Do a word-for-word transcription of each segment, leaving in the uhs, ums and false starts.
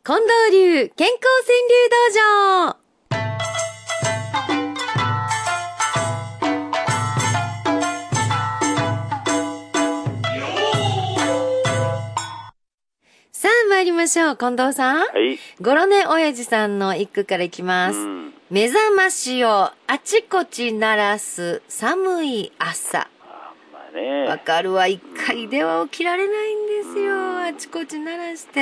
近藤流健康川柳道場。さあ参りましょう。近藤さん。 はい。 ゴロネ親父さんの一句からいきます。うん、目覚ましをあちこち鳴らす寒い朝。わかるわ。一回では起きられないんですよ。あちこち鳴らして。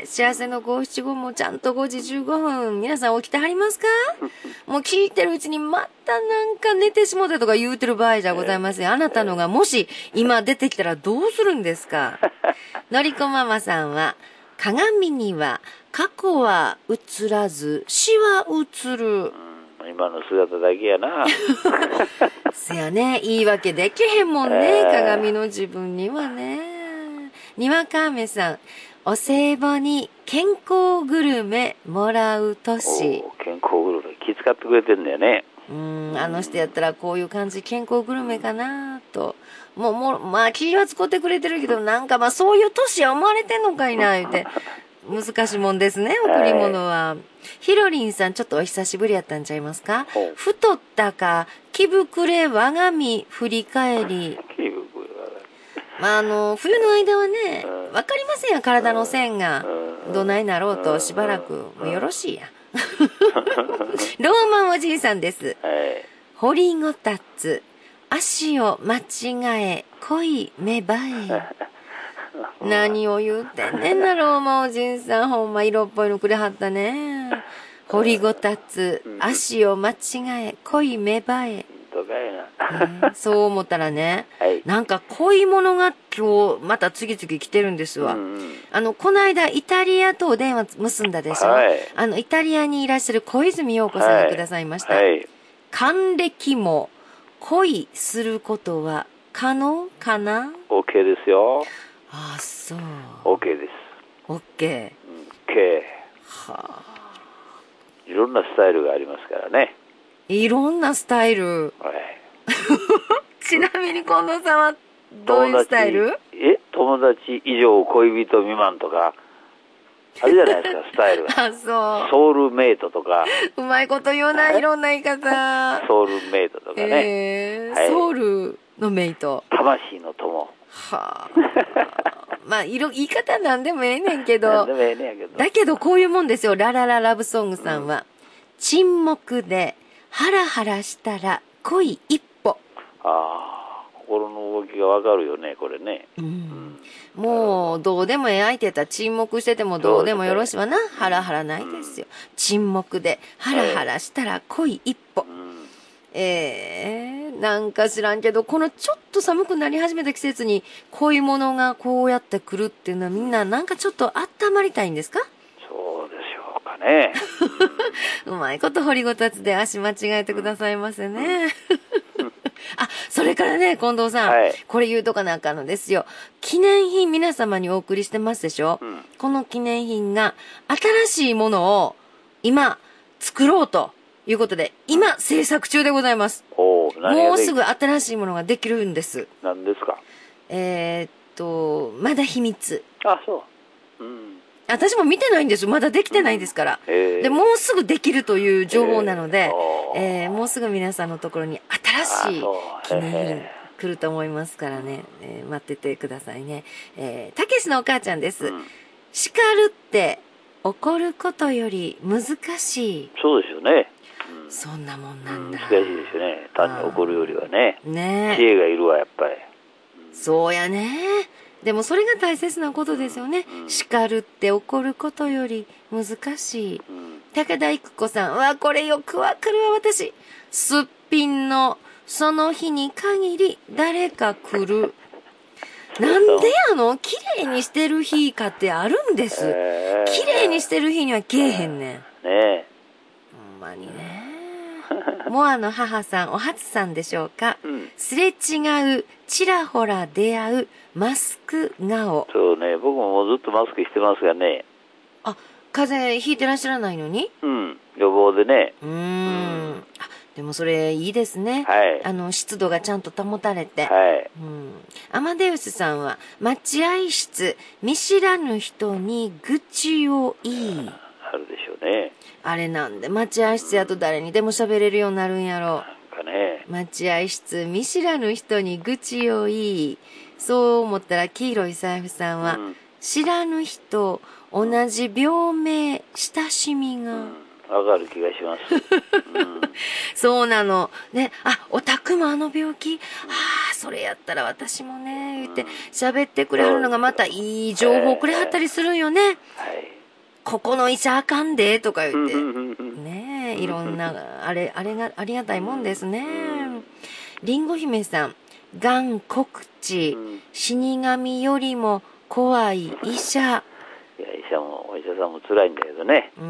幸せのご七五もちゃんとごじじゅうごふん。皆さん起きてはりますか？もう聞いてるうちにまたなんか寝てしもたとか言うてる場合じゃございません。あなたのがもし今出てきたらどうするんですか？のりこママさんは、鏡には過去は映らず死は映る。 今の姿だけやな。 そやね、言い訳できへんもんね、えー、鏡の自分にはね。にわか雨さん、お歳暮に健康グルメもらう年。 健康グルメ気遣ってくれてんだよね。 うーん、あの人やったらこういう感じ、健康グルメかなと。もう、もう、まあ気は使ってくれてるけど、なんかまあそういう年は思われてんのかいな、言うて。難しいもんですね、贈り物は。はい、ひろりんさん、ちょっとお久しぶりやったんちゃいますか？太ったか、気膨れ我が身振り返り。まあ、あの、冬の間はね、わかりませんよ、体の線が。どないなろうと、しばらく、もうよろしいや。ローマンおじいさんです。掘りごたつ、足を間違え、恋芽生え。何を言うてんねんな、ローマおじいさん。ほんま色っぽいのくれはったね。掘りごたつ、足を間違え、恋芽生え。えー、そう思ったらね、はい、なんか恋物が今日また次々来てるんですわ。うん、あの、この間イタリアとお電話結んだでしょ、はい、あの、イタリアにいらっしゃる小泉洋子さんがくださいました。はいはい、還暦も恋することは可能かな？ OK ですよ。 ああ、そう。 OK です。 OK。 OK。はあ。いろんなスタイルがありますからね。 いろんなスタイル。はい。ちなみに近藤さんはどういうスタイル？ え、友達以上恋人未満とか、あれじゃないですか、スタイルが。 あ、そう。 ソウルメイトとか。 うまいこと言うな、いろんな言い方。 ソウルメイトとかね。 えーはい、ソウルのメイト。 魂の友。 はあ。まあ、いろ、言い方なんでもええねんけど。 なんでもええねんけど。 だけどこういうもんですよ、ララララブソングさんは。うん、沈黙でハラハラしたら恋一歩。 ああ、心の動きがわかるよね、これね。 うん。うん、もう、どうでもええ相手やったら沈黙しててもどうでもよろしいわな。ね、ハラハラないですよ。うん、沈黙でハラハラしたら恋一歩。うん、えー、なんか知らんけど、このちょっと寒くなり始めた季節に恋物がこうやって来るっていうのはみんななんかちょっと温まりたいんですか？ そうでしょうかね。 うまいこと掘りごたつで足間違えてくださいませね。あ、それからね、近藤さん、はい、これ言うとかなあかんのですよ。記念品皆様にお送りしてますでしょ、うん、この記念品が新しいものを今作ろうということで、今制作中でございます。 おー、何ができる？ もうすぐ新しいものができるんです。 何ですか？ えー、っと、まだ秘密。 あ、そう。うん。 私も見てないんですよ。まだできてないですから。うん、で、もうすぐできるという情報なので、えーえー、もうすぐ皆さんのところに新しい記念品来ると思いますからね、えー、待っててくださいね。えー、たけしのお母ちゃんです。うん、叱るって怒ることより難しい。 そうですよね。 うん、そんなもんなんだ。 難しいですよね。単に怒るよりはね。 ね、 知恵がいるわ、やっぱり。 うん、そうやね。でもそれが大切なことですよね。うん、叱るって怒ることより難しい。うん、高田育子さんはこれよくわかるわ、私。すっぴんのその日に限り誰か来る。なんでやの？綺麗にしてる日かってあるんです。えー、綺麗にしてる日には来えへんねん。ねえ。 ほんまにね。モアの母さん、お初さんでしょうか、うん、すれ違う、ちらほら出会う、マスク顔。 そうね、僕ももうずっとマスクしてますがね。 あ、風邪ひいてらっしゃらないのに？ うん、予防でね。 うーん。うん、あ、 でもそれいいですね。 はい。 あの、湿度がちゃんと保たれて。 はい。 うん。アマデウスさんは、待合室、見知らぬ人に愚痴を言い。 あるでしょうね。 あれなんで、待合室やと誰にでも喋れるようになるんやろ。 なんかね。 待合室、見知らぬ人に愚痴を言い。そう思ったら、黄色い財布さんは、うん、知らぬ人、同じ病名、親しみが。うんわかる気がします。うん、 そうなの。ね、あ、おたくもあの病気、ああ、それやったら私もね、言って喋ってくれはるのがまたいい情報くれはったりするんよね。はい。ここの医者あかんで、とか言って。ねえ、いろんな、あれ、あれが、ありがたいもんですね。りんご姫さん、がん告知、死神よりも怖い医者。いや、 医者も、お医者さんも辛いんだけどね。 うん。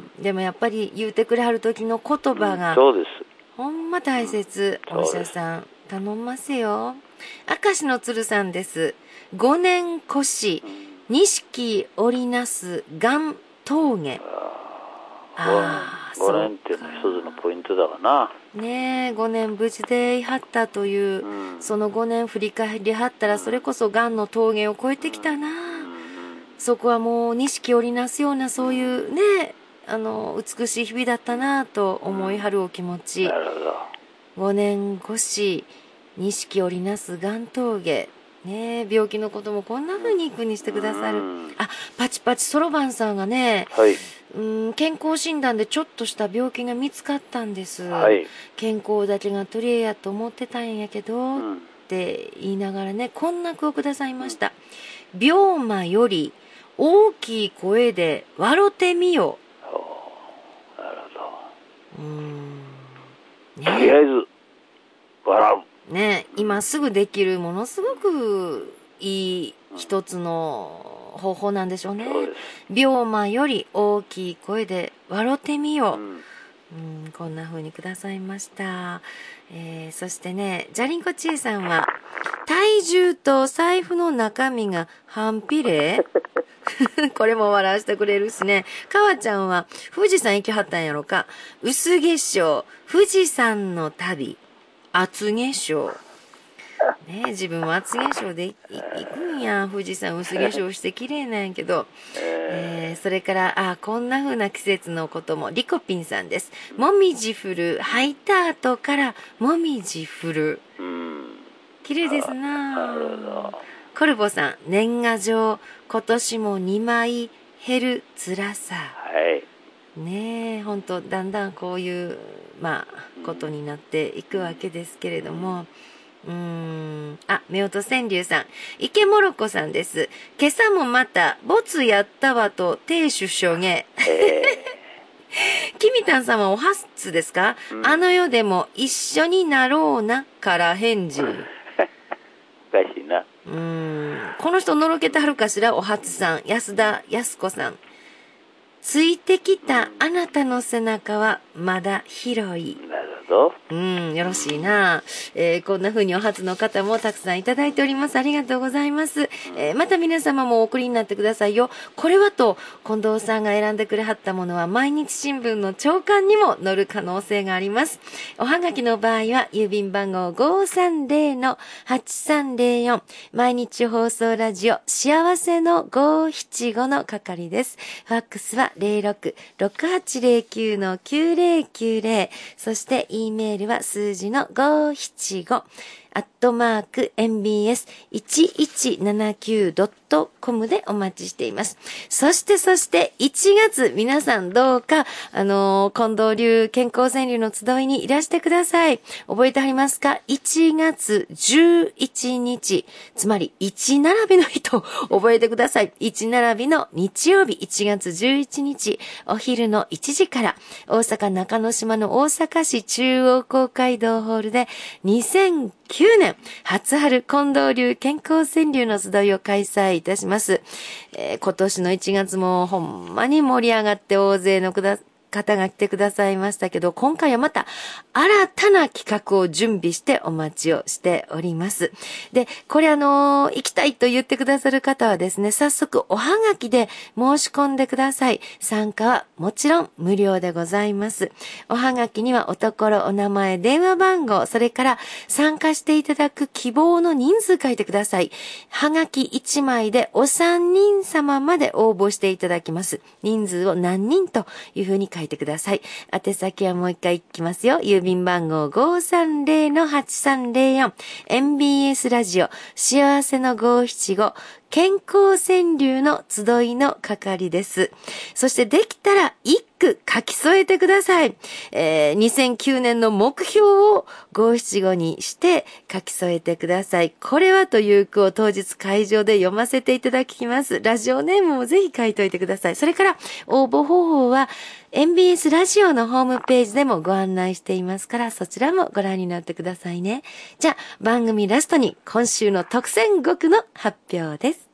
でもやっぱり言うてくれはる時の言葉が、 うん、そうです。 ほんま大切、うん、お医者さん。頼んますよ。明石の鶴さんです。ごねん越し、錦織りなすがん峠。 ああ、ごねんっていうのは一つのポイントだわな。 ねえ、ごねん無事でいはったという、うん、そのごねん振り返りはったら、それこそがんの峠を越えてきたな。うん、そこはもう錦織りなすようなそういうね、あの、美しい日々だったなと思いはるお気持ち。 なるほど。 ごねん越し、錦織りなすがん峠。ねえ、病気のこともこんな風に苦にしてくださる。あ、パチパチそろばんさんがね、 はい、 うん、健康診断でちょっとした病気が見つかったんです。 はい、 健康だけが取り柄やと思ってたんやけど、うん、って言いながらね、こんな句をくださいました。うん、病魔より大きい声で笑ってみよ。 なるほど。 うん。 ね、とりあえず、笑う。 ね、今すぐできるものすごくいい一つの方法なんでしょうね。うん、病魔より大きい声で笑ってみよう。うんうん、こんな風にくださいました。えー、そしてね、じゃりんこちえさんは、体重と財布の中身が反比例これも笑わせてくれるしね。かわちゃんは、富士山行きはったんやろか。薄化粧、富士山の旅。厚化粧。ねえ、自分は厚化粧で行くんや。富士山薄化粧して綺麗なんやけど。えー、それから、あ、こんな風な季節のことも、リコピンさんです。もみじ振る。履いた後からもみじ振る。綺麗ですなぁ。コルボさん、年賀状、今年もにまい減る辛さ。はい。ねえ、ほんと、だんだんこういう、まあ、ことになっていくわけですけれども、うーん、あ、夫婦川柳さん、池もろこさんです。今朝もまた、ボツやったわと、亭主所下。キミタンさんはお初ですか、うん、あの世でも一緒になろうな、から返事。 おかしいな。 うーん、この人のろけてはるかしら、お初さん、安田康子さん。ついてきたあなたの背中はまだ広い。 なるほど。 うん、よろしいな。えー、こんな風にお初の方もたくさんいただいております。ありがとうございます。えー、また皆様もお送りになってくださいよ。これはと、近藤さんが選んでくれはったものは毎日新聞の朝刊にも載る可能性があります。おはがきの場合は、郵便番号 ごーさんぜろのはちさんぜろよん、毎日放送ラジオ、幸せのごーななごの係です。ファックスはゼロろく ろくはちゼロきゅうのきゅうゼロきゅうゼロ、そして E メールは数字のごーななご、アットマーク エムビーエスいちいちななきゅうドットコム でお待ちしています。そしてそしていちがつ、皆さんどうか、あのー、近藤流健康川柳の集いにいらしてください。覚えてありますか？ いちがつじゅういちにち、つまりいち並びの日と覚えてください。いち並びの日曜日、いちがつじゅういちにち、お昼のいちじから、大阪中之島の大阪市中央公会堂ホールで、にせんきゅうねん初春近藤流健康川柳の集いを開催いたします。えー、今年のいちがつもほんまに盛り上がって大勢のくだ方が来てくださいましたけど、今回はまた新たな企画を準備してお待ちをしております。で、これあのー、行きたいと言ってくださる方はですね、早速おはがきで申し込んでください。参加はもちろん無料でございます。おはがきにはおところ、お名前、電話番号、それから参加していただく希望の人数書いてください。はがきいちまいでおさんにん様まで応募していただきます。人数を何人というふうに書いてください。宛先はもう一回いきますよ。郵便番号 ごーさんぜろのはちさんぜろよん エムビーエス ラジオ幸せのごーしちご健康川柳の集いの係です。そしてできたら一句書き添えてください。えー、にせんきゅうねんの目標をごーしちごにして書き添えてください。これはという句を当日会場で読ませていただきます。ラジオネームもぜひ書いておいてください。それから応募方法は エムビーエス ラジオのホームページでもご案内していますから、そちらもご覧になってくださいね。じゃあ番組ラストに今週の特選ごくの発表です。